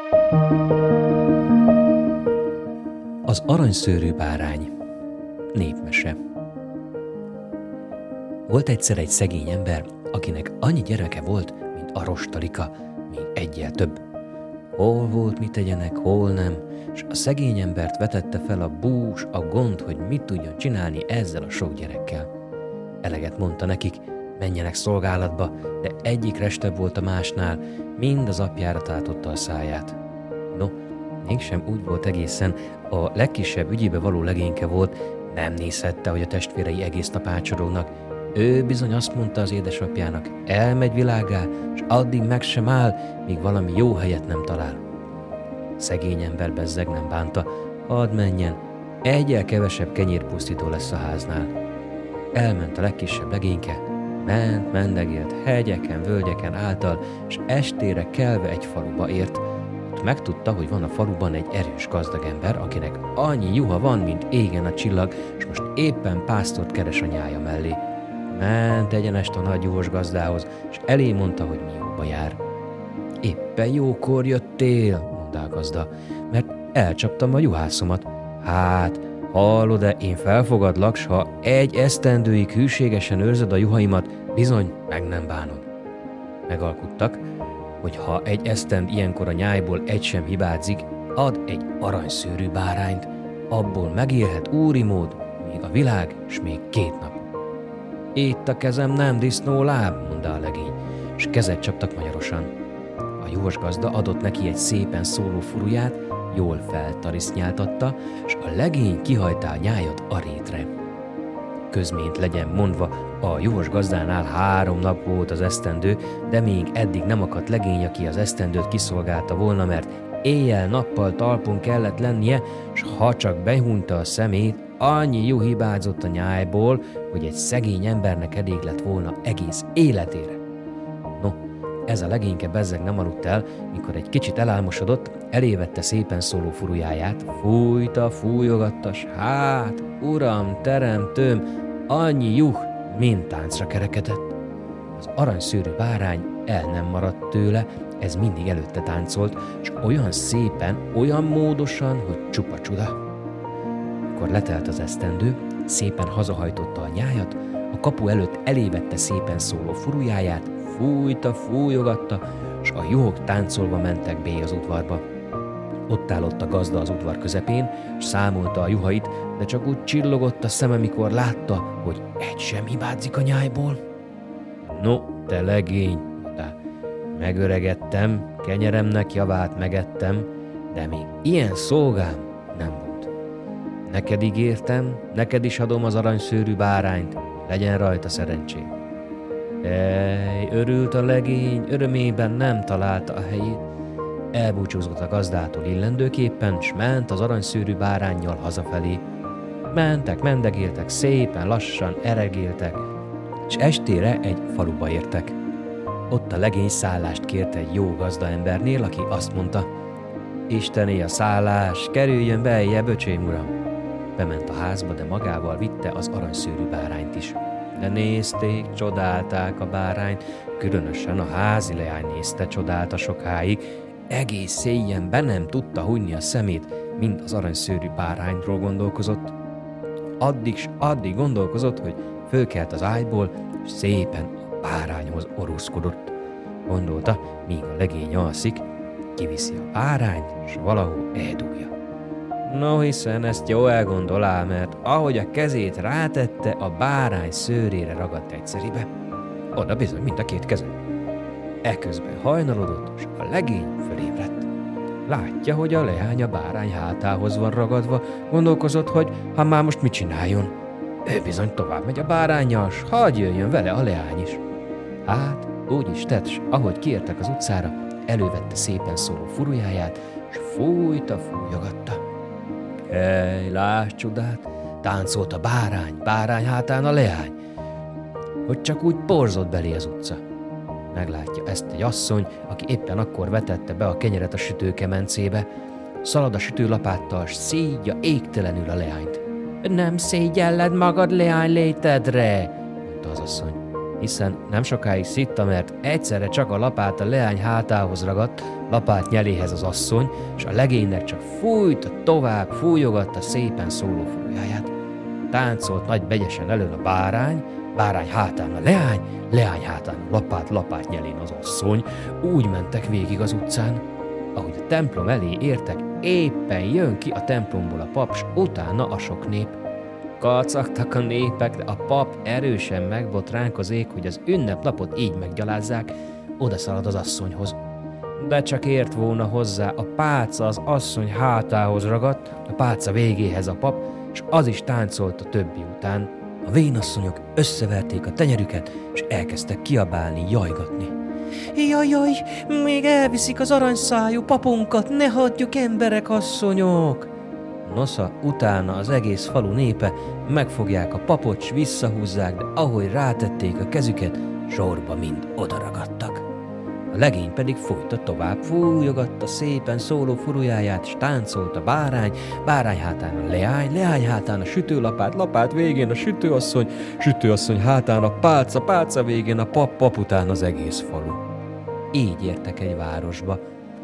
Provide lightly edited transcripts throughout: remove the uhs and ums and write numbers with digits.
Az aranyszőrű bárány. Népmese. Volt egyszer egy szegény ember, akinek annyi gyereke volt, mint a rostalika, még egyel több. Hol volt, mit tegyenek, hol nem, és a szegény embert vetette fel a bús, a gond, hogy mit tudjon csinálni ezzel a sok gyerekkel. Eleget mondta nekik, menjenek szolgálatba, de egyik restebb volt a másnál, mind az apjára tátotta a száját. No, mégsem úgy volt egészen, a legkisebb ügyébe való legényke volt, nem nézhette, hogy a testvérei egész nap ácsorognak. Ő bizony azt mondta az édesapjának, elmegy világgá, és addig meg sem áll, míg valami jó helyet nem talál. Szegény ember bezzeg nem bánta, hadd menjen, egyel kevesebb kenyérpusztító lesz a háznál. Elment a legkisebb legényke, mendegélt, hegyeken, völgyeken által, és estére kelve egy faluba ért. Ott megtudta, hogy van a faluban egy erős gazdag ember, akinek annyi juha van, mint égen a csillag, és most éppen pásztort keres a nyája mellé. Ment egyenest a nagy juhos gazdához, és elé mondta, hogy mi jóba jár. Éppen jókor jöttél, mondta a gazda, mert elcsaptam a juhászomat. Hát, hallod-e, én felfogadlak, s ha egy esztendőig hűségesen őrzöd a juhaimat, bizony meg nem bánod. Megalkuttak, hogy ha egy esztend ilyenkor a nyájból egy sem hibázik, ad egy aranyszőrű bárányt, abból megélhet úri mód, még a világ, s még 2 nap. Itt a kezem nem disznóláb, mondta a legény, és kezet csaptak magyarosan. A juhos gazda adott neki egy szépen szóló furuját, jól feltarisznyáltatta, és a legény kihajtá a nyájat a rétre. Közményt legyen mondva, a juhos gazdánál 3 nap volt az esztendő, de még eddig nem akadt legény, aki az esztendőt kiszolgálta volna, mert éjjel-nappal talpon kellett lennie, s ha csak behúnyta a szemét, annyi juh hibázott a nyájból, hogy egy szegény embernek elég lett volna egész életére. No, ez a legényke bezzeg nem aludt el, mikor egy kicsit elálmosodott, elévette szépen szóló furujáját, fújta, fújogatta, s hát, uram, teremtőm, annyi juh, mind táncra kerekedett. Az aranyszőrű bárány el nem maradt tőle, ez mindig előtte táncolt, s olyan szépen, olyan módosan, hogy csupa csuda. Amikor letelt az esztendő, szépen hazahajtotta a nyájat, a kapu előtt elévette szépen szóló furujáját, fújta, fújogatta, s a juhok táncolva mentek bé az udvarba. Ott állott a gazda az udvar közepén, s számolta a juhait, de csak úgy csillogott a szeme, mikor látta, hogy egy sem hibázik a nyájból. No, te legény, mondta, megöregedtem, kenyeremnek javát megettem, de még ilyen szolgám nem volt. Neked ígértem, neked is adom az aranyszőrű bárányt, legyen rajta szerencsé. Örült a legény, örömében nem találta a helyét. Elbúcsúzott a gazdától illendőképpen, s ment az aranyszőrű báránnyal hazafelé. Mentek, mendegéltek, szépen lassan eregéltek, és estére egy faluba értek. Ott a legény szállást kért egy jó gazdaembernél, aki azt mondta, Istené a szállás, kerüljön beljebb, öcsém uram. Bement a házba, de magával vitte az aranyszőrű bárányt is. De nézték, csodálták a bárányt, különösen a házi leány nézte, csodálta sokáig, egész széjjel be nem tudta hunyni a szemét, mind az aranyszőrű bárányról gondolkozott. Addig s addig gondolkozott, hogy fölkelt az ágyból, és szépen a bárányhoz orúszkodott. Gondolta, míg a legény alszik, kiviszi a bárányt, s valahol eldugja. No, hiszen ezt jó elgondolál, mert ahogy a kezét rátette, a bárány szőrére ragadt egyszeribe. Oda bizony mind a 2 keze. Eközben hajnalodott, és a legény fölébredt. Látja, hogy a leány a bárány hátához van ragadva, gondolkozott, hogy ha már most mit csináljon. Ő bizony tovább megy a báránnyal, s hadd jöjjön vele a leány is. Hát, úgy is tett, s ahogy kiértek az utcára, elővette szépen szóló furujáját, s fújta, fújogatta. Lásd csodát, táncolt a bárány hátán a leány, hogy csak úgy porzott belé az utca. Meglátja ezt egy asszony, aki éppen akkor vetette be a kenyeret a sütőkemencébe, szalad a sütőlapáttal, s szídja égtelenül a leányt. Nem szégyelled magad leány létedre, mondta az asszony. hiszen nem sokáig szitta, mert egyszerre csak a lapát a leány hátához ragadt, lapát nyeléhez az asszony, és a legénynek csak fújta tovább, fújogatta szépen szóló fújáját. Táncolt nagy begyesen elől a bárány, bárány hátán a leány, leány hátán a lapát nyelén az asszony. Úgy mentek végig az utcán. Ahogy a templom elé értek, éppen jön ki a templomból a pap, s utána a sok nép. Kacagtak a népek, de a pap erősen megbotránkozik, hogy az ünnepnapot így meggyalázzák, odaszalad az asszonyhoz. De csak ért volna hozzá, a pálca az asszony hátához ragadt, a pálca végéhez a pap, és az is táncolt a többi után. A vénasszonyok összeverték a tenyerüket, és elkezdtek kiabálni, jajgatni. Jaj, még elviszik az aranyszájú papunkat, ne hagyjuk, emberek, asszonyok! Nosza, utána az egész falu népe megfogják a papot, s visszahúzzák, de ahogy rátették a kezüket, sorba mind odaragadtak. A legény pedig folyta tovább, fújogatta szépen szóló furujáját, s táncolt a bárány, bárány hátán a leány, leány hátán a sütőlapát, lapát végén a sütőasszony, sütőasszony hátán a pálca, pálca végén a pap, pap után az egész falu. Így értek egy városba.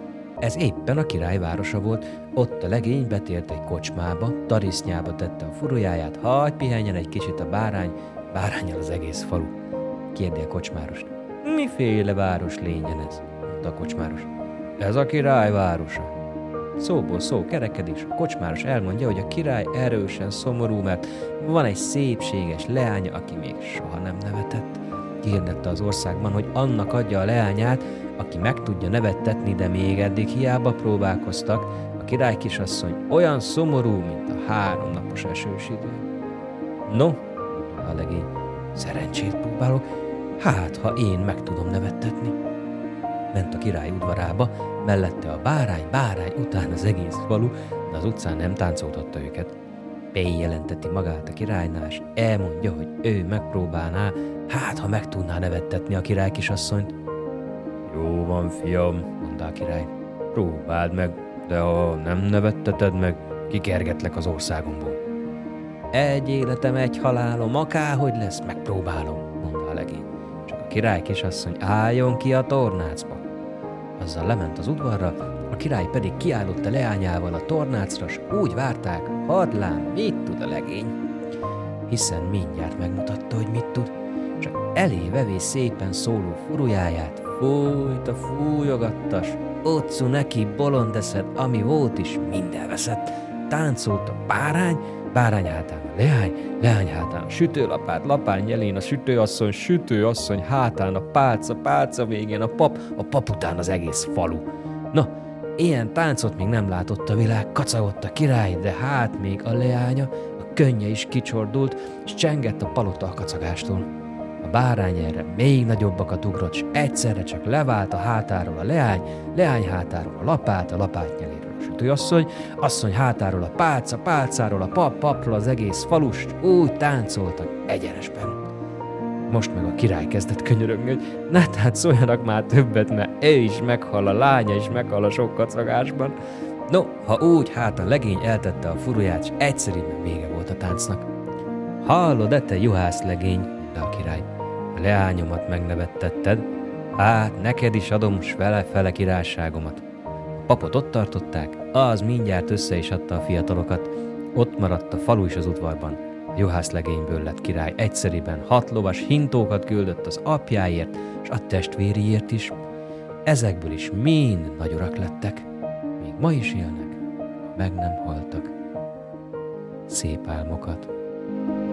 Ez éppen a király városa volt, ott a legény betért egy kocsmába, tarisznyába tette a furujáját, hagy pihenjen egy kicsit a bárány, báránnyal az egész falu. Kérdi a kocsmárost. Miféle város lényen ez? Mondta a kocsmáros. Ez a király városa. Szóból szó kerekedés, a kocsmáros elmondja, hogy a király erősen szomorú, mert van egy szépséges leánya, aki még soha nem nevetett. Hirdette az országban, hogy annak adja a leányát, aki meg tudja nevettetni, de még eddig hiába próbálkoztak. A király kisasszony olyan szomorú, mint a 3 napos esős idő. No, mondta a legény, szerencsét próbálok, hát, ha én meg tudom nevettetni. Ment a király udvarába, mellette a bárány után az egész falu, de az utcán nem táncoltatta őket. Bejelenteti magát a királynál, és elmondja, hogy ő megpróbálná, hát, ha meg tudná nevettetni a király kisasszonyt. Jó van, fiam, mondta a király, próbáld meg, de ha nem nevetteted meg, kikergetlek az országomból. Egy életem, egy halálom, akárhogy lesz, megpróbálom, mondta a legény. Csak a király kisasszony álljon ki a tornácba. Azzal lement az udvarra, a király pedig kiállott a leányával a tornácra, s úgy várták, hadd lám, mit tud a legény. Hiszen mindjárt megmutatta, hogy mit tud, csak elé vevé szépen szóló furujáját, fújta, fújogatta, s otcu neki bolondeszed, ami volt is, mind elveszett. Táncolt a bárány hátán a leány hátán a sütőlapát, lapán nyelén a sütőasszony hátán a pálca végén a pap után az egész falu. Na, ilyen táncot még nem látott a világ, kacagott a király, de hát még a leánya, a könnye is kicsordult, és csengett a palota a kacagástól. A bárány erre még nagyobbakat ugrott, s egyszerre csak levált a hátáról a leány hátáról a lapát nyeléről a sütőasszony hátáról a pálcáról a papról az egész falust, úgy táncoltak egyenesben. Most meg a király kezdett könyörögni, hogy ne táncoljanak már többet, mert ő is meghal, a lánya is meghal a sok kacagásban. No, ha úgy, hát a legény eltette a furuját, és egyszerűen vége volt a táncnak. Hallod-e, te juhász legény, mondta a király, a leányomat megnevettetted, hát neked is adom s vele-fele királyságomat. A papot ott tartották, az mindjárt össze is adta a fiatalokat, ott maradt a falu is az udvarban. A juhász legényből lett király egyszeriben 6 lovas hintókat küldött az apjáért, s a testvériért is. Ezekből is mind nagy urak lettek, még ma is élnek, ha meg nem haltak. Szép álmokat!